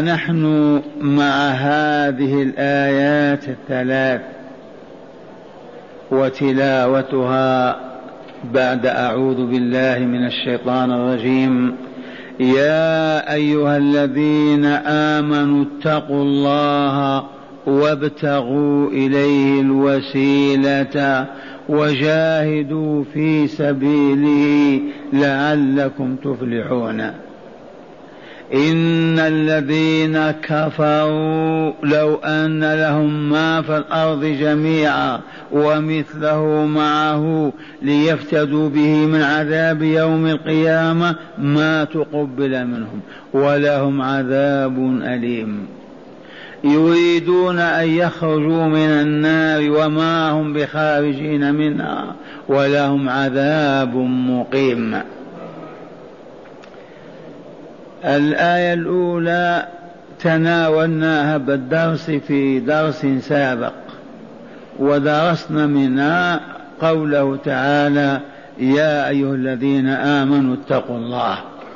ونحن مع هذه الآيات الثلاث وتلاوتها بعد أعوذ بالله من الشيطان الرجيم. يا أيها الذين آمنوا اتقوا الله وابتغوا إليه الوسيلة وجاهدوا في سبيله لعلكم تفلحون. إن الذين كفروا لو أن لهم ما في الأرض جميعا ومثله معه ليفتدوا به من عذاب يوم القيامة ما تقبل منهم ولهم عذاب أليم. يريدون أن يخرجوا من النار وما هم بخارجين منها ولهم عذاب مقيم. الآية الأولى تناولناها بالدرس في درس سابق ودرسنا منها قوله تعالى يا أيها الذين آمنوا اتقوا الله.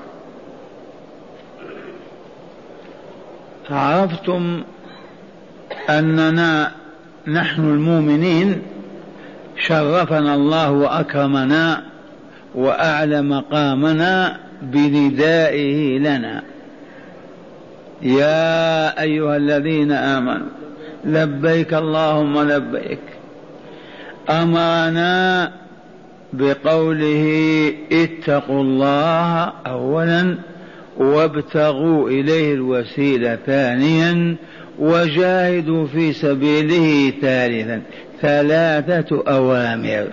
عرفتم أننا نحن المؤمنين شرفنا الله وأكرمنا وأعلى مقامنا بندائه لنا يا أيها الذين آمنوا لبيك اللهم لبيك. أمرنا بقوله اتقوا الله أولا وابتغوا إليه الوسيلة ثانيا وجاهدوا في سبيله ثالثا. ثلاثة أوامر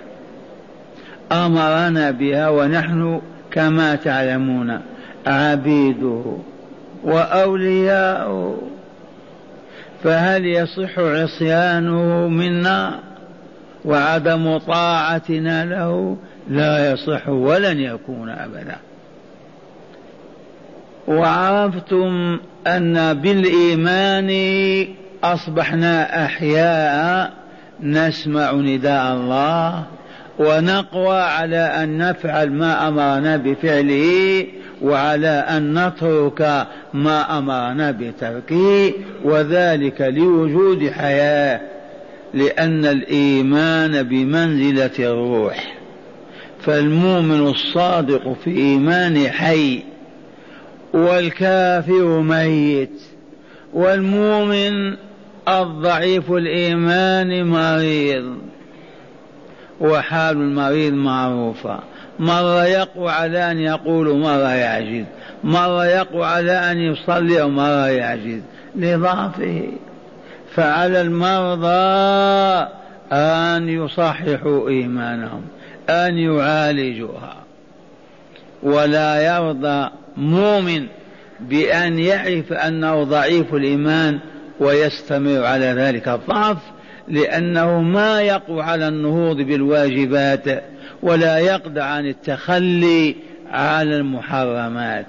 أمرنا بها ونحن كما تعلمون عبيده وأولياؤه، فهل يصح عصيانه منا وعدم طاعتنا له؟ لا يصح ولن يكون أبدا. وعرفتم أن بالإيمان أصبحنا أحياء نسمع نداء الله ونقوى على أن نفعل ما أمرنا بفعله وعلى أن نترك ما أمرنا بتركه، وذلك لوجود حياة، لأن الإيمان بمنزلة الروح، فالمؤمن الصادق في إيمانه حي والكافر ميت، والمؤمن الضعيف الإيمان مريض، وحال المريض معروفة، مرة يقوى على أن يقول مرة يعجز، مرة يقوى على أن يصلي ومرة يعجز لضعفه. فعلى المرضى أن يصححوا إيمانهم، أن يعالجوها. ولا يرضى مؤمن بأن يعرف أنه ضعيف الإيمان ويستمر على ذلك الضعف، لأنه ما يقوى على النهوض بالواجبات ولا يقدر عن التخلي على المحرمات.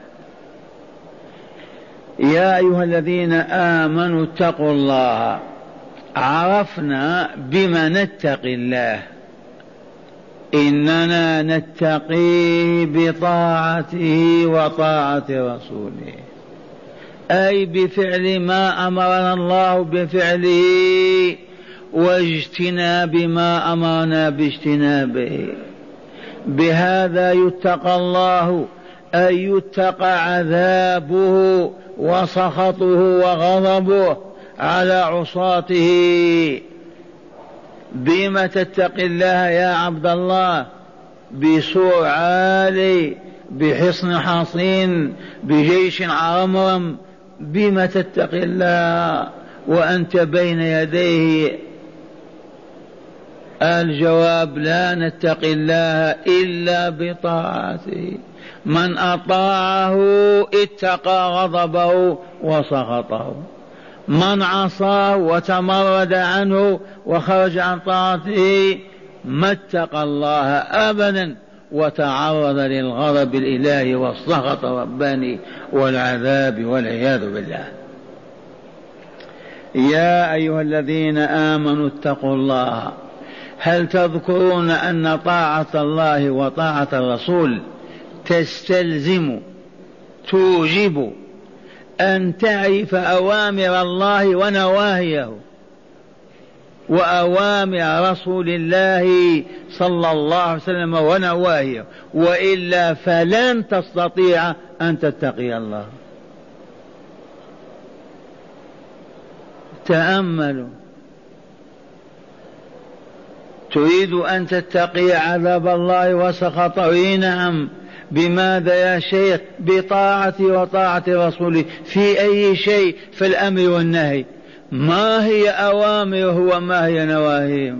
يا أيها الذين آمنوا اتقوا الله. عرفنا بما نتقي الله، إننا نتقيه بطاعته وطاعة رسوله، أي بفعل ما أمرنا الله بفعله واجتناب ما أمرنا باجتنابه. بهذا يتقى الله، أي يتقى عذابه وسخطه وغضبه على عصاته. بما تتقي الله يا عبد الله؟ بسور عالي، بحصن حصين، بجيش عرمرم. بما تتقي الله وأنت بين يديه؟ الجواب لا نتقي الله إلا بطاعته. من أطاعه اتقى غضبه وسخطه، من عصاه وتمرد عنه وخرج عن طاعته ما اتقى الله أبدا وتعرض للغضب الإلهي والسخط الرباني والعذاب والعياذ بالله. يا أيها الذين آمنوا اتقوا الله. هل تذكرون أن طاعة الله وطاعة الرسول تستلزم توجب أن تعرف أوامر الله ونواهيه وأوامر رسول الله صلى الله عليه وسلم ونواهيه، وإلا فلن تستطيع أن تتقي الله. تأملوا، تريد أن تتقي عذاب الله وسخطه؟ نعم. بماذا يا شيخ؟ بطاعته وطاعة رسوله. في أي شيء؟ في الأمر والنهي. ما هي أوامره وما هي نواهيه؟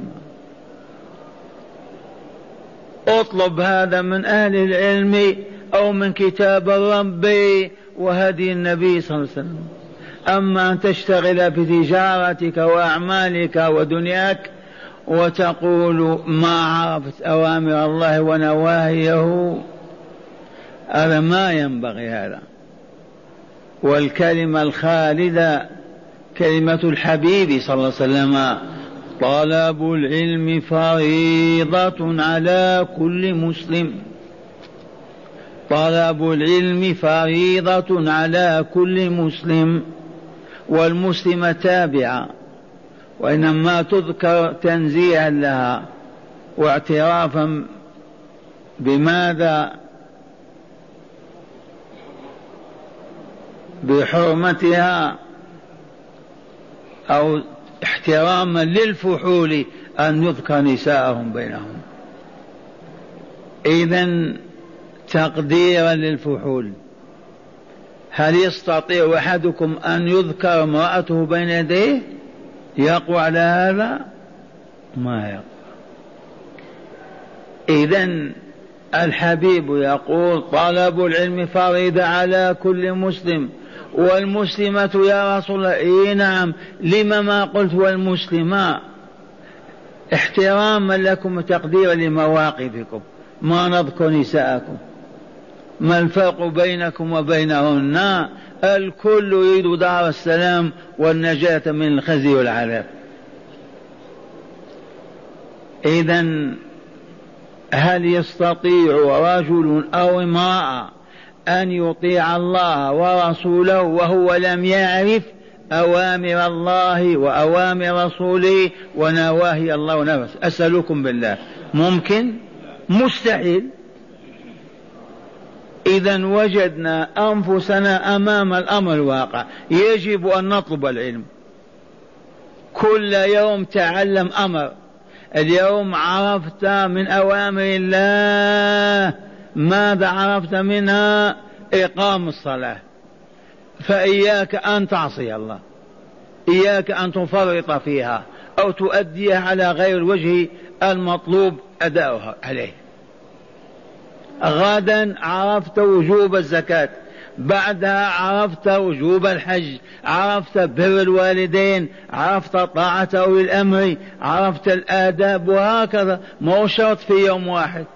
اطلب هذا من أهل العلم أو من كتاب الرب وهدي النبي صلى الله عليه وسلم. أما أن تشتغل بتجارتك وأعمالك ودنياك وتقول ما عرفت أوامر الله ونواهيه، هذا ما ينبغي هذا. والكلمة الخالدة كلمة الحبيب صلى الله عليه وسلم: طلب العلم فريضة على كل مسلم. طلب العلم فريضة على كل مسلم، والمسلم تابعة، وإنما تذكر تنزيها لها واعترافا بماذا؟ بحرمتها، أو احتراما للفحول أن يذكر نساءهم بينهم. إذن تقديرا للفحول، هل يستطيع أحدكم أن يذكر امرأته بين يديه؟ يقوى على هذا؟ ما يقوى. إذن الحبيب يقول: طلب العلم فريضة على كل مسلم. والمسلمة يا رسول الله؟ إيه نعم. لما ما قلت والمسلمة؟ احتراما لكم وتقديرا لمواقفكم. ما نذكر نساءكم، ما الفرق بينكم وبينهن؟ الكل يريد دار السلام والنجاة من الخزي والعذاب. إذن هل يستطيع رجل أو امرأة أن يطيع الله ورسوله وهو لم يعرف أوامر الله وأوامر رسوله ونواهي الله ونفسه؟ أسألكم بالله، ممكن؟ مستحيل. إذن وجدنا أنفسنا أمام الأمر الواقع، يجب أن نطلب العلم. كل يوم تعلم أمر. اليوم عرفت من أوامر الله، ماذا عرفت منها؟ إقام الصلاة، فإياك أن تعصي الله، إياك أن تفرط فيها أو تؤديها على غير الوجه المطلوب أداؤها عليه. غدا عرفت وجوب الزكاة، بعدها عرفت وجوب الحج، عرفت بر الوالدين، عرفت طاعة أولي الأمر، عرفت الآداب، وهكذا. ما هو شرط في يوم واحد.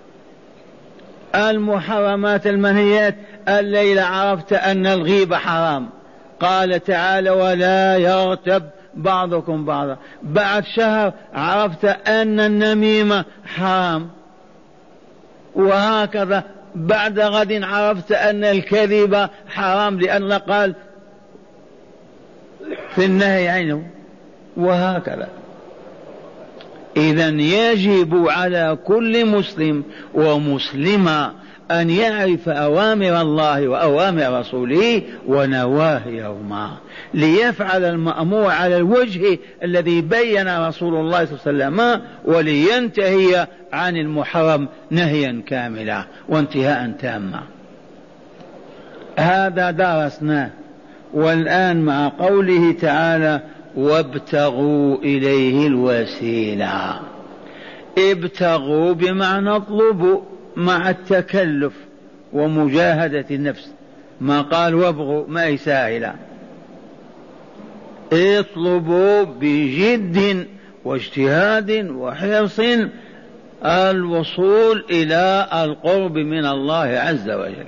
المحرمات المنهيات، الليلة عرفت أن الغيبة حرام، قال تعالى: ولا يغتب بعضكم بعضا. بعد شهر عرفت أن النميمة حرام، وهكذا. بعد غد عرفت أن الكذب حرام، لأن قال في النهي عنه، وهكذا. إذن يجب على كل مسلم ومسلمة أن يعرف أوامر الله وأوامر رسوله ونواهيهما، ليفعل المأمور على الوجه الذي بين رسول الله صلى الله عليه وسلم، ولينتهي عن المحرم نهيا كاملا وانتهاء تاما. هذا درسناه. والآن مع قوله تعالى: وابتغوا إليه الوسيلة. ابتغوا بمعنى اطلبوا، مع التكلف ومجاهدة النفس. ما قال وابغوا، ما هي ساهلة. اطلبوا بجد واجتهاد وحرص الوصول إلى القرب من الله عز وجل.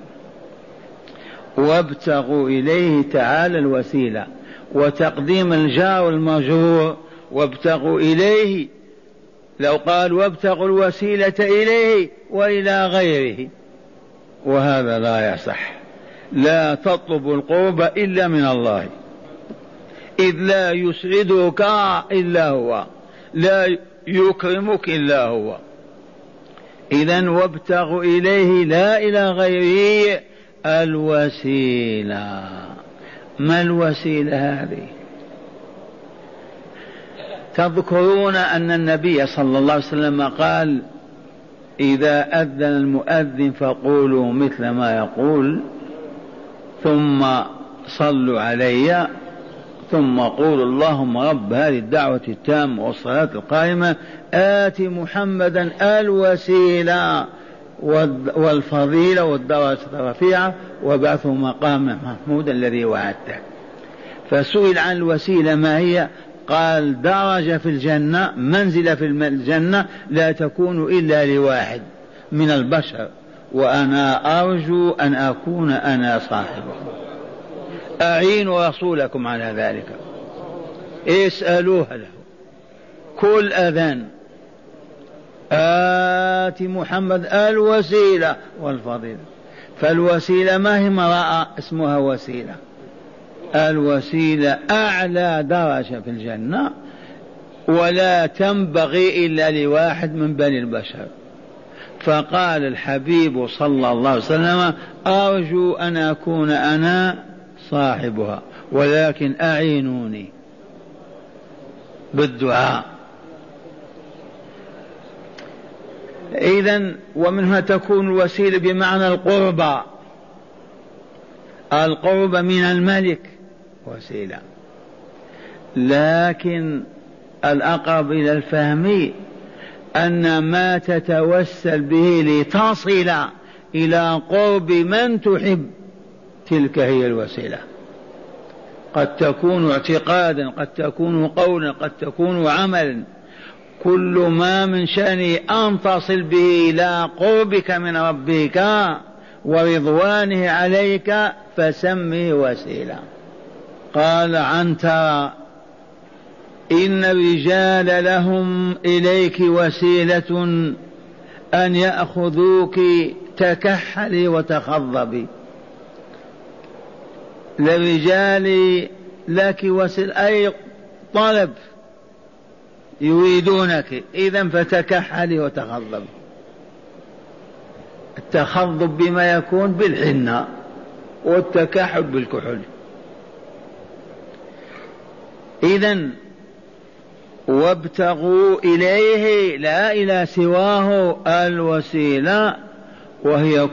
وابتغوا إليه تعالى الوسيلة، وتقديم الجار والمجرور. وابتغوا إليه، لو قال وابتغوا الوسيلة إليه وإلى غيره، وهذا لا يصح. لا تطلب القرب إلا من الله، إذ لا يسعدك إلا هو، لا يكرمك إلا هو. إذن وابتغ إليه لا إلى غيره الوسيلة. ما الوسيلة هذه؟ تذكرون أن النبي صلى الله عليه وسلم قال إذا أذن المؤذن فقولوا مثل ما يقول ثم صلوا علي ثم قولوا اللهم رب هذه الدعوة التامة والصلاة القائمة آت محمدا الوسيلة والفضيلة والدرجة الرفيعة وبعثه مقام محمود الذي وعدته. فسئل عن الوسيلة ما هي؟ قال درجة في الجنة، منزلة في الجنة لا تكون إلا لواحد من البشر، وأنا أرجو أن أكون أنا صاحبه. أعينوا رسولكم على ذلك، اسألوه له. كل أذان آت محمد الوسيلة والفضيلة. فالوسيلة ما هي امرأة اسمها وسيلة، الوسيلة أعلى درجة في الجنة، ولا تنبغي إلا لواحد من بني البشر. فقال الحبيب صلى الله عليه وسلم أرجو أن أكون أنا صاحبها، ولكن أعينوني بالدعاء. إذن ومنها تكون الوسيلة بمعنى القربى، القرب من الملك وسيلة. لكن الأقرب إلى الفهم أن ما تتوسل به لتصل إلى قرب من تحب تلك هي الوسيلة. قد تكون اعتقادا، قد تكون قولا، قد تكون عملا، كل ما من شأنه أن تصل به إلى قربك من ربك ورضوانه عليك فسمه وسيلة. قال عنترة إن الرجال لهم إليك وسيلة أن يأخذوك تكحلي وتخضبي. للرجال لك وسيلة أي طلب يريدونك، إذن فتكحلي وتخضبي. التخضب بما يكون بالحنة والتكحل بالكحل. إذن وابتغوا إليه لا إلى سواه الوسيلة، وهي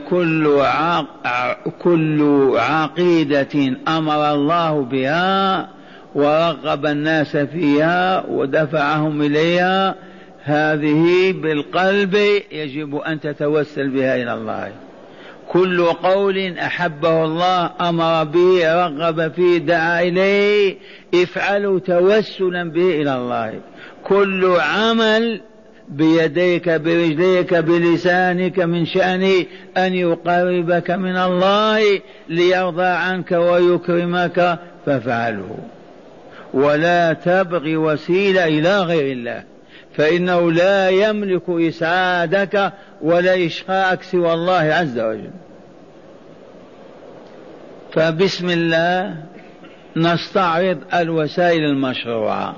كل عقيدة أمر الله بها ورغب الناس فيها ودفعهم إليها، هذه بالقلب يجب أن تتوسل بها إلى الله. كل قول أحبه الله أمر به رغب فيه دعا إليه افعلوا توسلا به إلى الله. كل عمل بيديك برجليك بلسانك من شأنه أن يقربك من الله ليرضى عنك ويكرمك فافعله، ولا تبغي وسيلة إلى غير الله، فإنه لا يملك إسعادك ولا إشقاءك سوى الله عز وجل. فبسم الله نستعرض الوسائل المشروعة.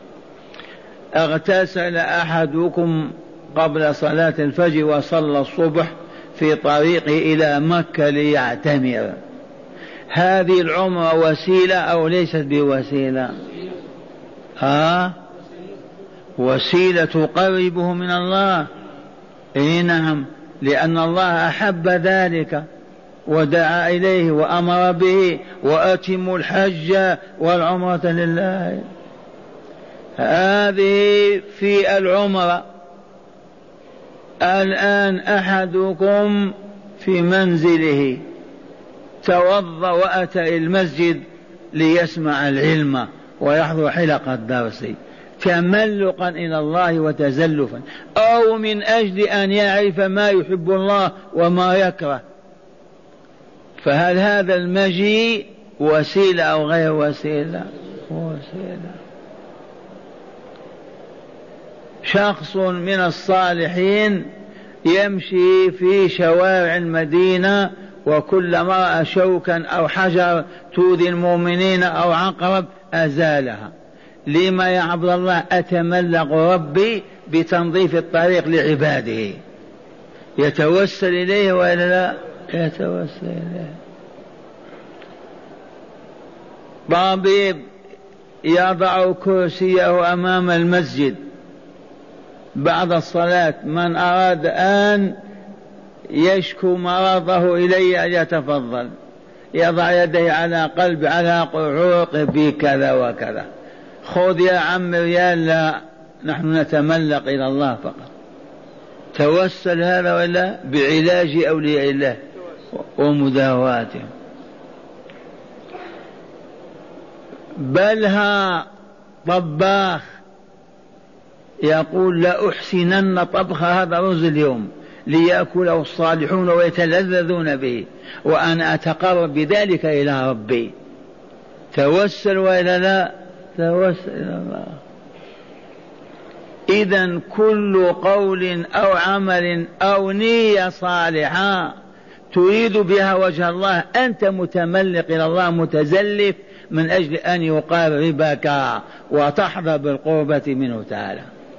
اغتسل أحدكم قبل صلاة الفجر وصلى الصبح في طريقه إلى مكة ليعتمر، هذه العمرة وسيلة أو ليست بوسيلة؟ وسيلة تقربه من الله. نعم، لأن الله أحب ذلك ودعا إليه وأمر به، وأتموا الحج والعمرة لله. هذه في العمرة. الآن أحدكم في منزله توضأ وأتى المسجد ليسمع العلم ويحضر حلقة الدرس تملقا إلى الله وتزلفا، أو من أجل أن يعرف ما يحب الله وما يكره. فهل هذا المجيء وسيلة أو غير وسيلة؟ وسيلة. شخص من الصالحين يمشي في شوارع المدينة وكلما رأى شوكا أو حجر تؤذي المؤمنين أو عقرب أزالها. لما يا عبد الله؟ أتملق ربي بتنظيف الطريق لعباده. يتوسل إليه وإلا لا؟ يتوسل إليه. طبيب يضع كرسيه أمام المسجد بعد الصلاة، من أراد أن يشكو مرضه إلي أن يتفضل، يضع يديه على قلب على عروق بكذا وكذا. خذ يا عم ريال، لا، نحن نتملق إلى الله فقط. توسل هذا ولا بعلاج أولياء الله ومداواتهم. بلها طباخ يقول لأحسنن طبخ هذا رز اليوم ليأكله الصالحون ويتلذذون به وأنا أتقرب بذلك إلى ربي. توسل وإلا لا؟ توسل إلى الله. إذن كل قول أو عمل أو نية صالحة تريد بها وجه الله أنت متملق إلى الله، متزلف من أجل أن يقربك وتحظى بالقربة منه تعالى.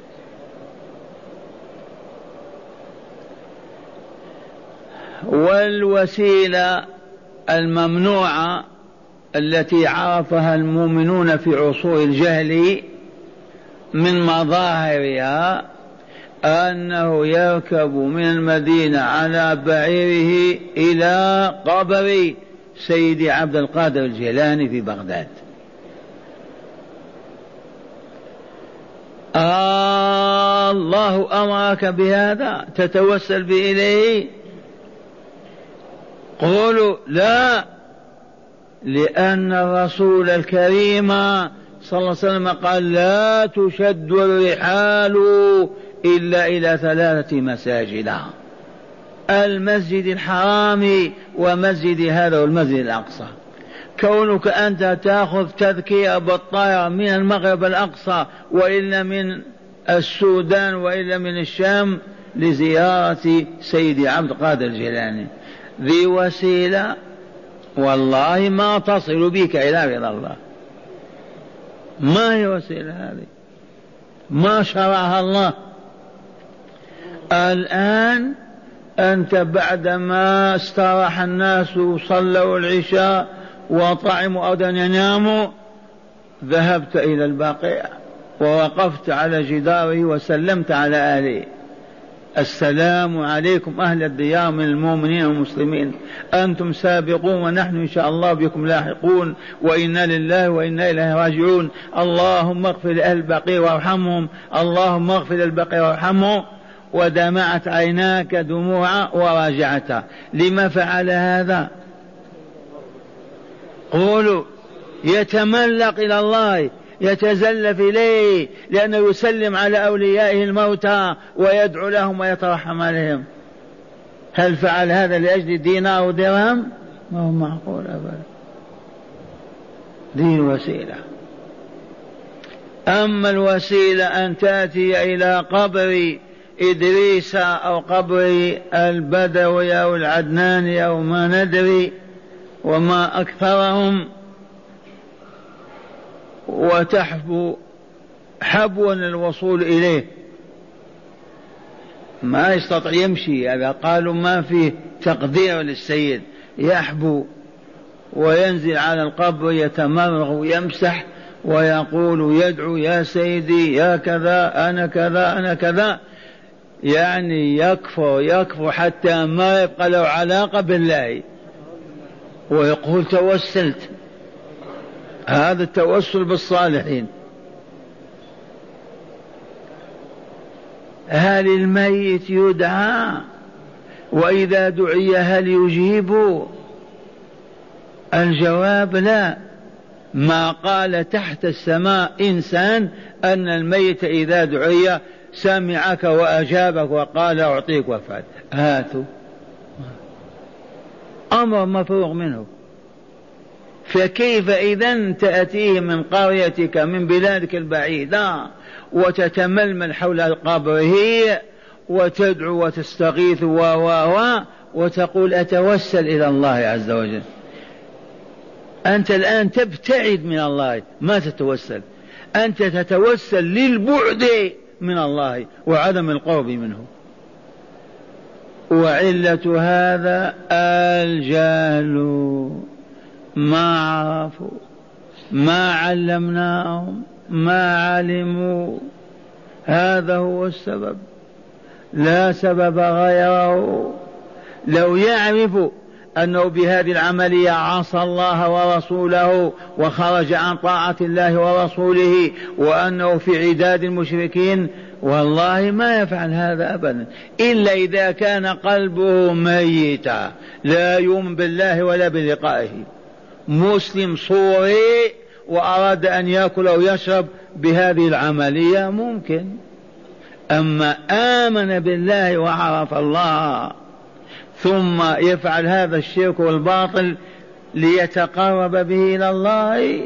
والوسيلة الممنوعة التي عرفها المؤمنون في عصور الجهل من مظاهرها أنه يركب من المدينة على بعيره إلى قبر سيدي عبد القادر الجيلاني في بغداد. الله أمرك بهذا تتوسل به إليه؟ قولوا لا، لأن الرسول الكريم صلى الله عليه وسلم قال لا تشد الرحال إلا إلى 3 مساجد: المسجد الحرام ومسجد هذا والمسجد الأقصى. كونك أنت تأخذ تذكية بالطائرة من المغرب الأقصى وإلا من السودان وإلا من الشام لزيارة سيدي عبد القادر الجيلاني، ذي وسيلة والله ما تصل بك إلى رضا الله. ما هي وسيلة هذه؟ ما شرعها الله. الآن أنت بعدما استراح الناس وصلوا العشاء وطعموا أو يناموا ذهبت إلى البقيع ووقفت على جداره وسلمت على أهله: السلام عليكم أهل الديار من المؤمنين والمسلمين، أنتم سابقون ونحن إن شاء الله بكم لاحقون، وإنا لله وإنا إليه راجعون، اللهم اغفر لأهل البقيع وارحمهم، اللهم اغفر للبقيع وارحمهم. ودمعت عيناك دموعا وراجعتها. لما فعل هذا؟ قولوا يتملق إلى الله، يتزلف إليه، لأنه يسلم على أوليائه الموتى ويدعو لهم ويترحم عليهم. هل فعل هذا لأجل دينار ودرهم؟ ما هو معقول أبدا. دين وسيلة. أما الوسيلة أن تأتي إلى قبر إدريس أو قبر البدوي أو العدناني أو ما ندري وما أكثرهم وتحبو حبوا الوصول إليه، ما يستطيع يمشي. هذا قالوا ما فيه تقدير للسيد، يحبو وينزل على القبر يتمرغ ويمسح ويقول يدعو: يا سيدي يا كذا أنا كذا أنا كذا. يعني يكفر حتى ما يبقى له علاقة بالله، ويقول توسلت. هذا التوسل بالصالحين. هل الميت يدعى؟ وإذا دعي هل يجيب؟ الجواب لا. ما قال تحت السماء إنسان أن الميت إذا دعي سمعك وأجابك وقال أعطيك وفعل. هاتوا أمر مفروغ منه. فكيف إذن تأتيه من قريتك من بلادك البعيدة وتتململ حول قبره وتدعو وتستغيث وتقول أتوسل إلى الله عز وجل. أنت الآن تبتعد من الله، ما تتوسل، أنت تتوسل للبعد من الله وعدم القرب منه. وعلة هذا الجهل، ما عرفوا، ما علمناهم، ما علموا، هذا هو السبب، لا سبب غيره. لو يعرفوا أنه بهذه العملية عصى الله ورسوله وخرج عن طاعة الله ورسوله وأنه في عداد المشركين، والله ما يفعل هذا أبدا، إلا إذا كان قلبه ميتا لا يؤمن بالله ولا بلقائه، مسلم صوري وأراد أن يأكل أو يشرب بهذه العملية ممكن. أما آمن بالله وعرف الله ثم يفعل هذا الشرك والباطل ليتقرب به إلى الله،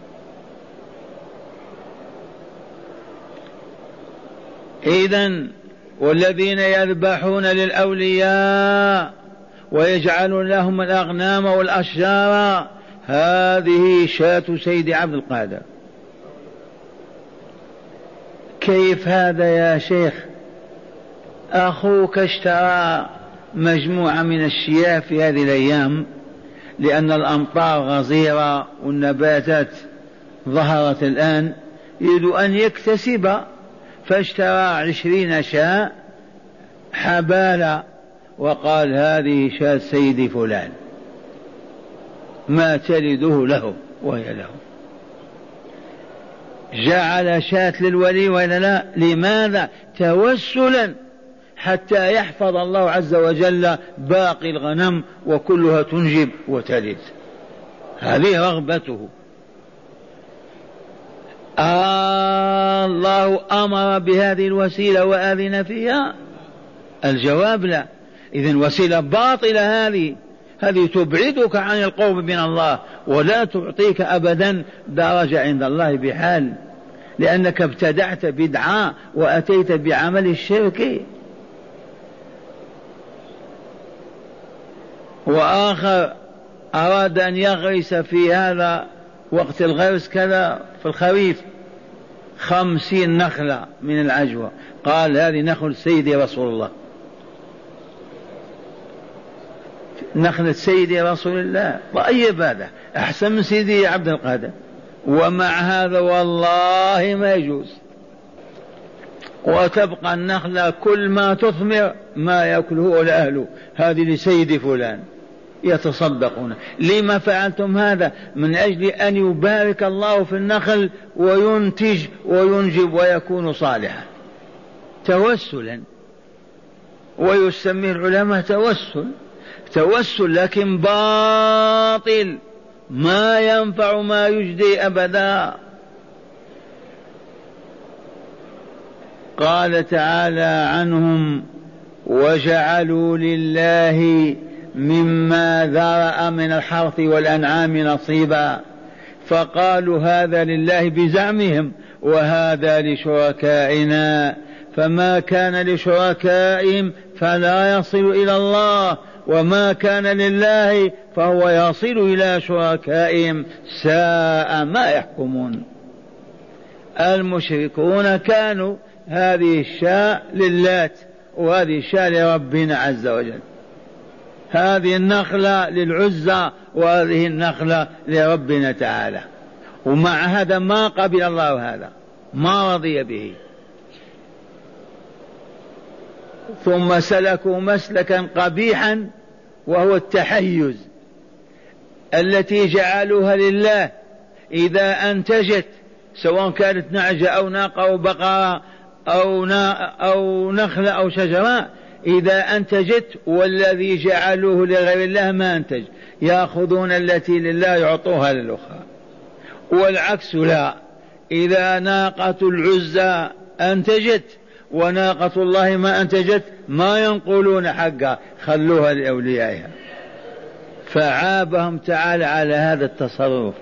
إذن والذين يذبحون للأولياء ويجعلون لهم الأغنام والأشجار، هذه شاة سيد عبد القادر. كيف هذا يا شيخ؟ أخوك اشترى مجموعة من الشياه في هذه الأيام لأن الأمطار غزيرة والنباتات ظهرت الآن، يريد أن يكتسب، فاشترى 20 شاة حبالة وقال هذه شاة سيد فلان ما تلده له وهي له. جعل شاة للولي ولا لا؟ لماذا؟ توسلا حتى يحفظ الله عز وجل باقي الغنم وكلها تنجب وتلد، هذه رغبته. الله أمر بهذه الوسيلة وآذن فيها؟ الجواب لا. إذن وسيلة باطلة هذه تبعدك عن القرب من الله ولا تعطيك أبدا درجة عند الله بحال، لأنك ابتدعت بدعة وأتيت بعمل الشرك. وآخر أراد أن يغرس في هذا وقت الغرس كذا في الخريف 50 نخلة من العجوة، قال هذه نخل سيدي رسول الله، نخلة سيدي رسول الله. طيب هذا أحسن من سيدي عبد القادر، ومع هذا والله ما يجوز. وتبقى النخلة كل ما تثمر ما يأكله ولا أهله، هذه لسيد فلان يتصدقون. لما فعلتم هذا؟ من أجل أن يبارك الله في النخل وينتج وينجب ويكون صالحا، توسلا، ويسميه العلماء توسل لكن باطل، ما ينفع ما يجدي أبدا. قال تعالى عنهم وجعلوا لله مما ذرأ من الحرث والأنعام نصيبا، فقالوا هذا لله بزعمهم وهذا لشركائنا، فما كان لشركائهم فلا يصل إلى الله، وما كان لله فهو يصل إلى شركائهم، ساء ما يحكمون. المشركون كانوا هذه الشاة للات وهذه الشاة لربنا عز وجل، هذه النخلة للعزى وهذه النخلة لربنا تعالى، ومع هذا ما قبل الله هذا، ما رضي به. ثم سلكوا مسلكا قبيحا وهو التحيز، التي جعلوها لله إذا أنتجت سواء كانت نعجة أو ناقة أو بقرة أو نخلة أو شجرة، إذا أنتجت والذي جعلوه لغير الله ما أنتج، يأخذون التي لله يعطوها للأخرى. والعكس لا، إذا ناقة العزى أنتجت وناقة الله ما أنتجت ما ينقلون حقها، خلوها لأوليائها. فعابهم تعالى على هذا التصرف،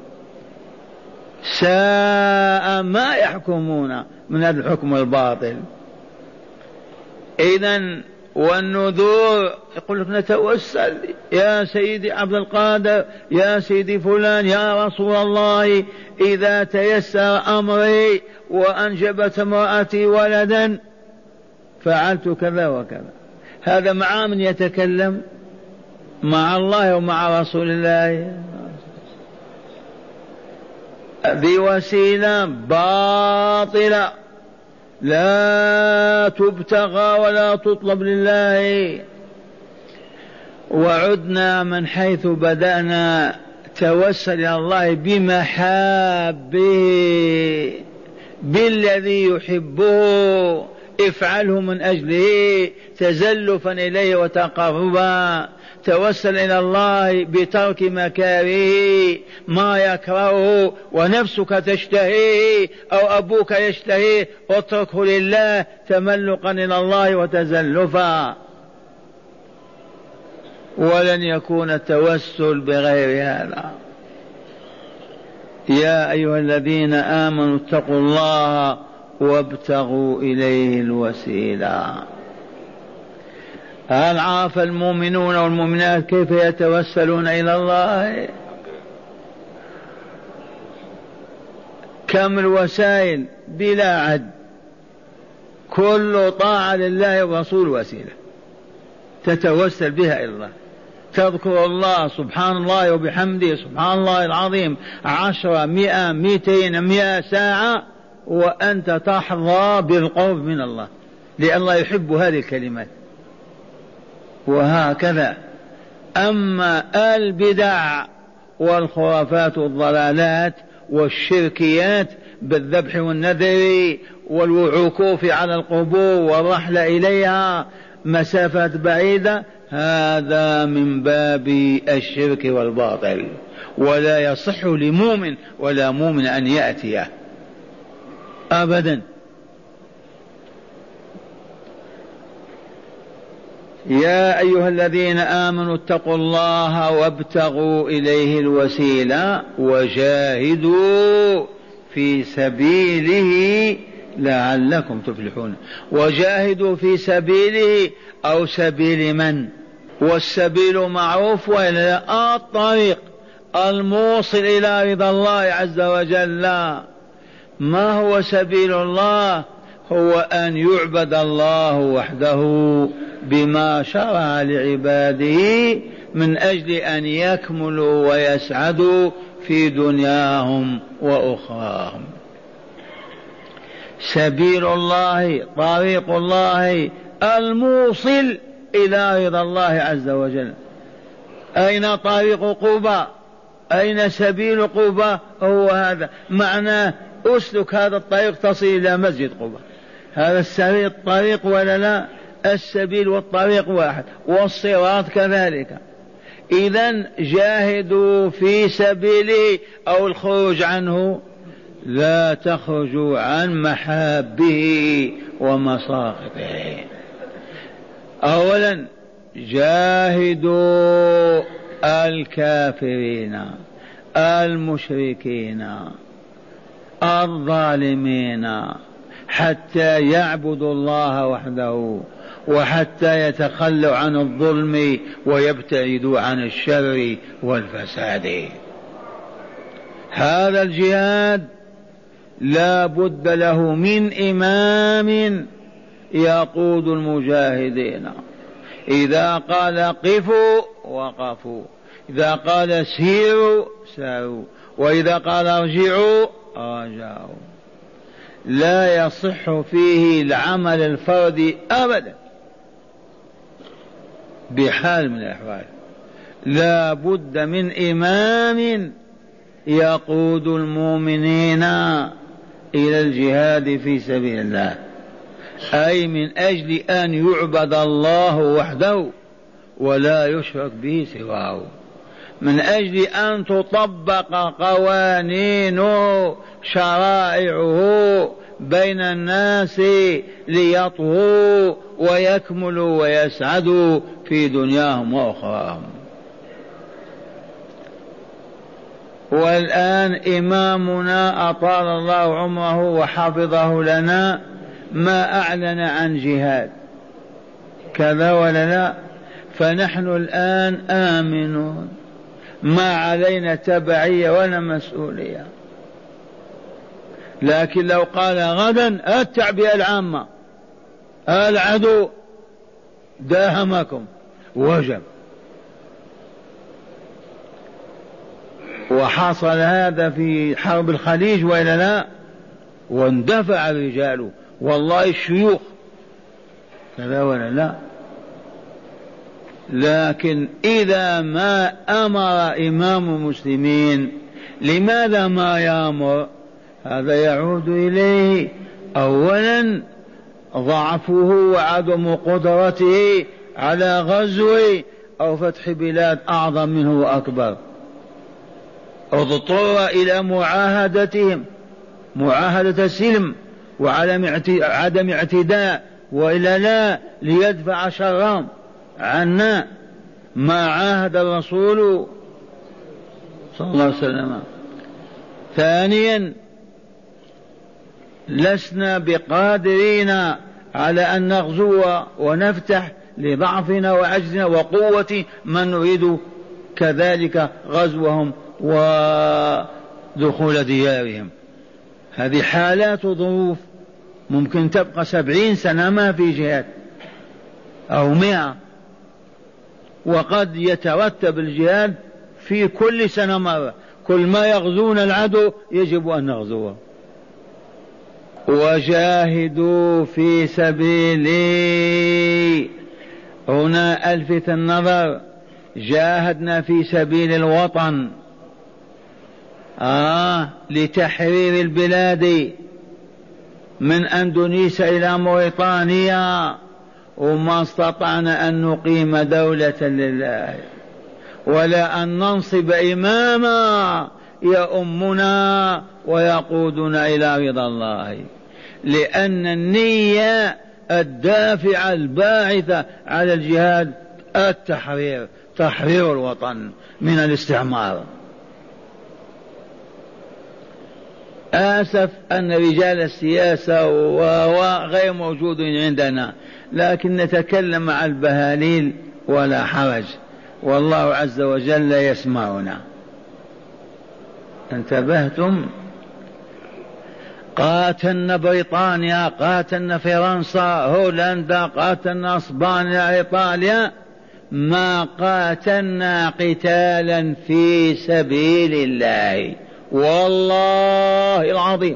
ساء ما يحكمون من هذا الحكم الباطل. إذن والنذور، يقول لك نتوسل يا سيدي عبد القادر، يا سيدي فلان، يا رسول الله إذا تيسر أمري وأنجبت امرأتي ولدا فعلت كذا وكذا. هذا مع من يتكلم؟ مع الله ومع رسول الله. ذي وسيلة باطلة لا تبتغى ولا تطلب لله. وعدنا من حيث بدأنا، توسل إلى الله بمحابه، بالذي يحبه، افعله من أجله تزلفا إليه وتقربا. توسل إلى الله بترك مكاره ما يكرهه ونفسك تشتهيه أو أبوك يشتهيه، اتركه لله تملقا إلى الله وتزلفا. ولن يكون التوسل بغير هذا. يا أيها الذين آمنوا اتقوا الله وابتغوا إليه الوسيلة. هل عرف المؤمنون والمؤمنات كيف يتوسلون إلى الله؟ كم الوسائل بلا عد، كل طاعة لله والرسول وسيلة تتوسل بها إلى الله. تذكر الله سبحان الله وبحمده سبحان الله العظيم 10 100 200 100 ساعة وأنت تحظى بالقرب من الله، لأن الله يحب هذه الكلمات. وهكذا. أما البدع والخرافات والضلالات والشركيات بالذبح والنذر والوقوف على القبور والرحل إليها مسافات بعيدة، هذا من باب الشرك والباطل، ولا يصح لمؤمن ولا مؤمن أن يأتيه أبدا. يا أيها الذين آمنوا اتقوا الله وابتغوا إليه الوسيلة وجاهدوا في سبيله لعلكم تفلحون. وجاهدوا في سبيله أو سبيل من؟ والسبيل معروف وإلا الطريق الموصل إلى رضا الله عز وجل. ما هو سبيل الله؟ هو أن يعبد الله وحده بما شرع لعباده من أجل أن يكملوا ويسعدوا في دنياهم وأخراهم. سبيل الله طريق الله الموصل إلى رضا الله عز وجل. أين طريق قبى؟ أين سبيل قبى؟ هو هذا معناه أسلك هذا الطريق تصل إلى مسجد قبى. هذا السبيل الطريق ولا لا؟ السبيل والطريق واحد، والصراط كذلك. إذن جاهدوا في سبيله أو الخروج عنه، لا تخرجوا عن محابه ومصاخبه. أولا جاهدوا الكافرين المشركين الظالمين حتى يعبدوا الله وحده، وحتى يتخلوا عن الظلم ويبتعدوا عن الشر والفساد. هذا الجهاد لا بد له من إمام يقود المجاهدين. إذا قال قفوا وقفوا، إذا قال سيروا ساروا، وإذا قال ارجعوا رجعوا. لا يصح فيه العمل الفردي أبدا بحال من الأحوال. لا بد من إمام يقود المؤمنين إلى الجهاد في سبيل الله، أي من أجل أن يعبد الله وحده ولا يشرك به سواه، من أجل أن تطبق قوانينه شرائعه بين الناس ليطغوا ويكملوا ويسعدوا في دنياهم وأخراهم. والآن إمامنا أطال الله عمره وحفظه لنا ما أعلن عن جهاد كذا ولا لا؟ فنحن الآن آمنون، ما علينا تبعية ولا مسؤولية. لكن لو قال غدا التعبئة العامة العدو داهمكم وجب. وحصل هذا في حرب الخليج وإلا لا؟ واندفع الرجال والله الشيوخ كذا ولا لا؟ لكن إذا ما أمر إمام المسلمين لماذا ما يأمر؟ هذا يعود إليه أولا ضعفه وعدم قدرته على غزو أو فتح بلاد أعظم منه وأكبر، اضطر إلى معاهدتهم، معاهدة السلم وعدم اعتداء وإلا لا، ليدفع شرهم عنا ما عاهد الرسول صلى الله عليه وسلم. ثانيا لسنا بقادرين على أن نغزو ونفتح لضعفنا وعجزنا وقوة من نريد كذلك غزوهم ودخول ديارهم. هذه حالات ظروف ممكن تبقى 70 سنة ما في جهاد أو 100، وقد يترتب الجهاد في كل سنة مرة، كل ما يغزون العدو يجب أن نغزوه. وجاهدوا في سبيلي، هنا ألفت النظر، جاهدنا في سبيل الوطن لتحرير البلاد من أندونيسيا إلى موريطانيا، وما استطعنا أن نقيم دولة لله ولا أن ننصب إماما يؤمنا ويقودنا إلى رضا الله، لأن النية الدافعة الباعثة على الجهاد التحرير، تحرير الوطن من الاستعمار. آسف أن رجال السياسة وغير موجودين عندنا، لكن نتكلم مع البهاليل ولا حرج، والله عز وجل يسمعنا. انتبهتم؟ قاتلنا بريطانيا، قاتلنا فرنسا، هولندا، قاتلنا اسبانيا، ايطاليا، ما قاتلنا قتالا في سبيل الله والله العظيم.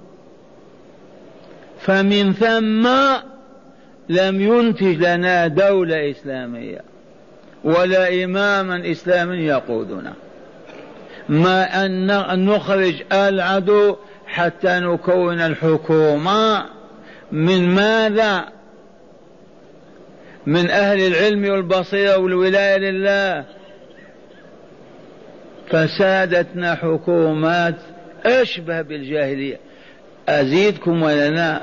فمن ثم لم ينتج لنا دولة إسلامية ولا إماما إسلامي يقودنا، ما أن نخرج العدو حتى نكون الحكومة. من ماذا؟ من أهل العلم والبصيرة والولاية لله. فسادتنا حكومات أشبه بالجاهلية. أزيدكم ولا لا؟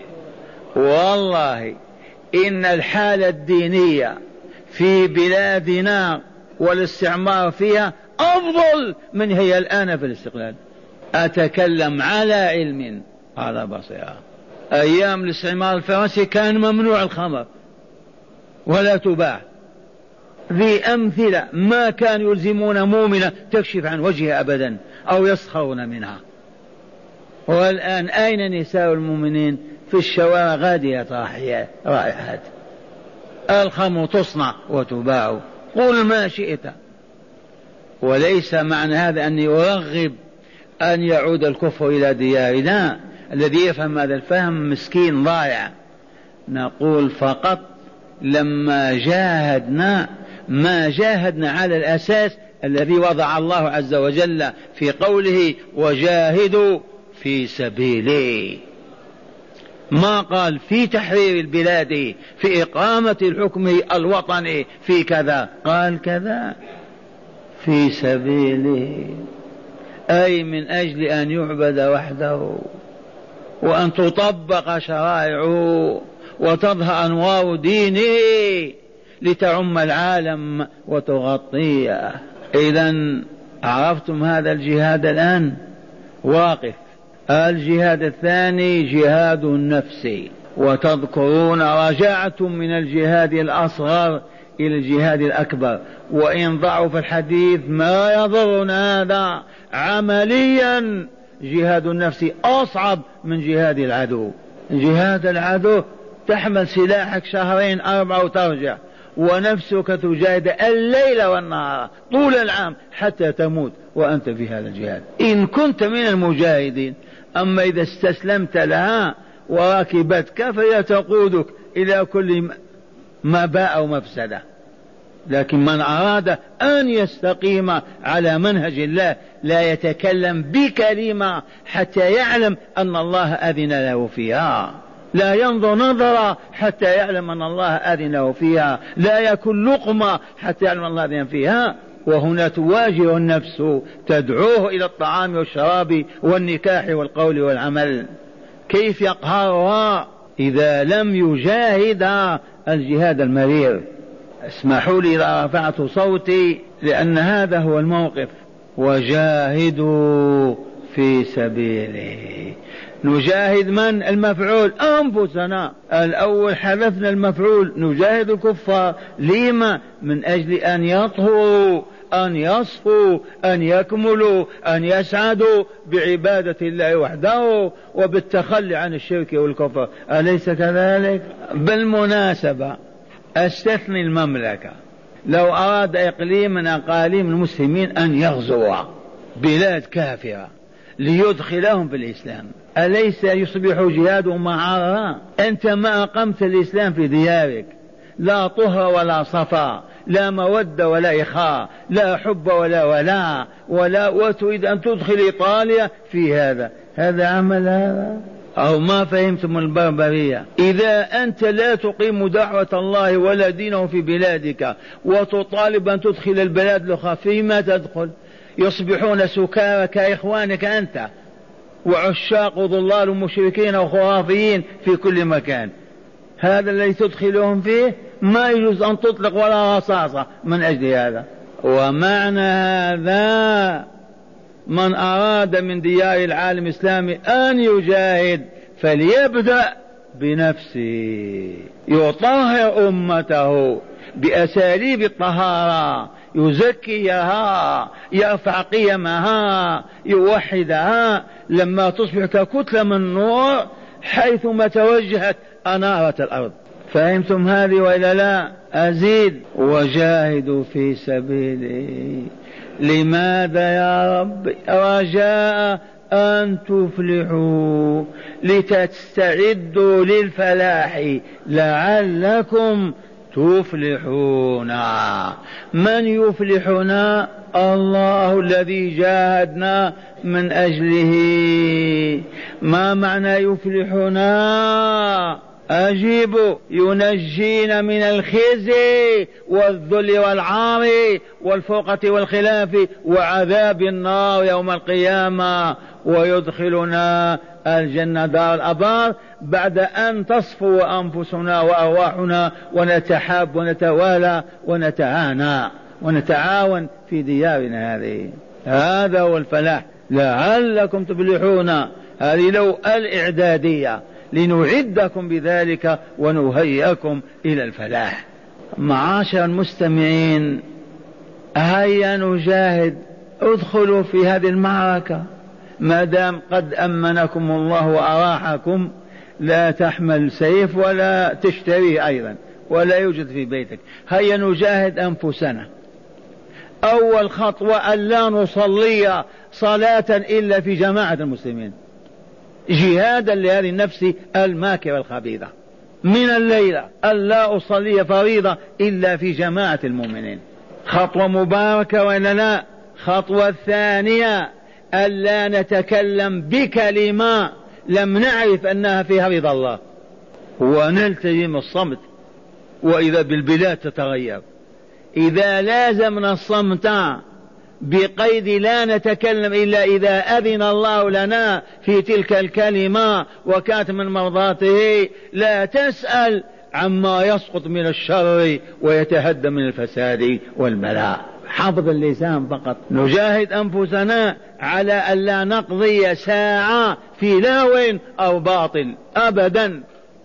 والله إن الحالة الدينية في بلادنا والاستعمار فيها أفضل من هي الآن في الاستقلال. أتكلم على علم على بصيرة. أيام الاستعمار الفرنسي كان ممنوع الخمر ولا تباع. ذي أمثلة ما كانوا يلزمون مؤمنة تكشف عن وجهها أبدا أو يسخرون منها. والآن أين نساء المؤمنين؟ في الشوارع غادية رائحات. الخمر تصنع وتباع، قل ما شئت. وليس معنى هذا أن يرغب أن يعود الكفر إلى ديارنا. الذي يفهم هذا الفهم مسكين ضايع. نقول فقط لما جاهدنا ما جاهدنا على الأساس الذي وضع الله عز وجل في قوله وجاهدوا في سبيله. ما قال في تحرير البلاد، في إقامة الحكم الوطني، في كذا، قال كذا في سبيله، أي من أجل أن يعبد وحده وأن تطبق شرائعه وتظهر أنوار دينه لتعم العالم وتغطيه. إذن عرفتم هذا الجهاد الآن واقف. الجهاد الثاني جهاد النفس، وتذكرون رجعتم من الجهاد الأصغر إلى الجهاد الأكبر، وإن ضعف الحديث ما يضرنا هذا عمليا. جهاد النفس أصعب من جهاد العدو. جهاد العدو تحمل سلاحك 2 4 وترجع، ونفسك تجاهد الليل والنهار طول العام حتى تموت وأنت في هذا الجهاد إن كنت من المجاهدين. أما إذا استسلمت لها وركبتك فهي تقودك إلى كل مباء ومفسدة. لكن من أراد أن يستقيم على منهج الله لا يتكلم بكلمة حتى يعلم أن الله أذن له فيها، لا ينظر نظرة حتى يعلم أن الله أذن له فيها، لا يكون لقمة حتى يعلم أن الله أذن فيها. وهنا تواجه النفس تدعوه إلى الطعام والشراب والنكاح والقول والعمل. كيف يقهرها إذا لم يجاهد الجهاد المرير؟ اسمحوا لي إذا رفعت صوتي لأن هذا هو الموقف. وجاهدوا في سبيله. نجاهد من؟ المفعول أنفسنا الأول، حذفنا المفعول. نجاهد الكفار لما؟ من أجل أن يطهروا، أن يصفوا، أن يكملوا، أن يسعدوا بعبادة الله وحده وبالتخلي عن الشرك والكفر. أليس كذلك؟ بالمناسبة استثني المملكة، لو أراد إقليم من أقاليم المسلمين أن يغزو بلاد كافرة ليدخلهم في الإسلام، أليس يصبح جهادهم معارضة؟ أنت ما أقمت الإسلام في ديارك، لا طهر ولا صفا، لا مودة ولا إخاء، لا حب ولا وتريد أن تدخل إيطاليا في هذا عمل هذا؟ أو ما فهمتم البربرية؟ إذا أنت لا تقيم دعوة الله ولا دينه في بلادك وتطالب أن تدخل البلاد الأخرى، فيما تدخل؟ يصبحون سكارى كإخوانك أنت، وعشاق ضلال ومشركين وخرافيين في كل مكان. هذا الذي تدخلهم فيه ما يجوز أن تطلق ولا رصاصة من أجل هذا. ومعنى هذا من أراد من ديار العالم الإسلامي أن يجاهد فليبدأ بنفسه، يطهر أمته بأساليب الطهارة، يزكيها، يرفع قيمها، يوحدها، لما تصبح ككتلة من نور حيثما توجهت أنارت الأرض. فهمتم هذه وإلا لا؟ أزيد. وجاهدوا في سبيله. لماذا يا رب؟ رجاء أن تفلحوا، لتستعدوا للفلاح لعلكم تفلحون. من يفلحنا؟ الله الذي جاهدنا من أجله. ما معنى يفلحنا؟ أجيبوا. ينجينا من الخزي والذل والعار والفوقة والخلاف وعذاب النار يوم القيامة، ويدخلنا الجنة دار الأبرار بعد أن تصفو أنفسنا وأرواحنا ونتحاب ونتوالى ونتعاون في ديارنا هذه. هذا هو الفلاح. لعلكم تفلحون. هذه لو الإعدادية لنعدكم بذلك ونهيئكم إلى الفلاح. معاشر المستمعين، هيا نجاهد، ادخلوا في هذه المعركة ما دام قد أمنكم الله وأراحكم. لا تحمل سيف ولا تشتريه أيضا ولا يوجد في بيتك. هيا نجاهد أنفسنا. أول خطوة أن لا نصلي صلاة إلا في جماعة المسلمين، جهادا لهذه النفس الماكرة الخبيثة. من الليلة ألا أصلي فريضة إلا في جماعة المؤمنين. خطوة مباركة وإلا لا؟ خطوة الثانية ألا نتكلم بكلمة لم نعرف أنها فيها رضا الله ونلتزم الصمت، وإذا بالبلاد تتغير. إذا لازمنا الصمت بقيد لا نتكلم إلا إذا أذن الله لنا في تلك الكلمة وكانت من مرضاته، لا تسأل عما يسقط من الشر ويتهدم من الفساد والبلاء. حفظ اللسان فقط. نجاهد أنفسنا على أن لا نقضي ساعة في لهو أو باطل أبدا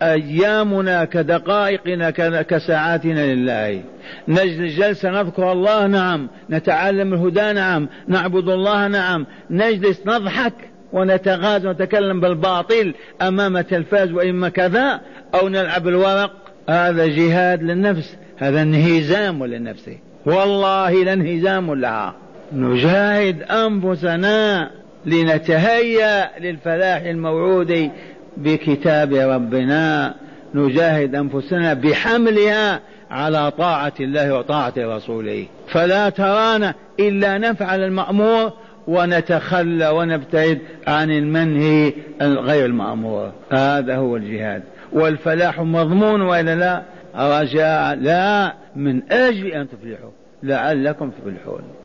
أيامنا كدقائقنا كساعاتنا لله. نجلس جلسة نذكر الله، نعم. نتعلم الهدى، نعم. نعبد الله، نعم. نجلس نضحك ونتغاز ونتكلم بالباطل أمام تلفاز وإما كذا، أو نلعب الورق، هذا جهاد للنفس، هذا انهزام للنفس، والله لانهزام لها. نجاهد أنفسنا لنتهيأ للفلاح الموعود بكتاب ربنا، نجاهد أنفسنا بحملها على طاعة الله وطاعة رسوله. فلا ترانا إلا نفعل المأمور ونتخلى ونبتعد عن المنهي غير المأمور. هذا هو الجهاد. والفلاح مضمون وإلا لا؟ رجاء لا، من أجل أن تفلحوا لعلكم تفلحون.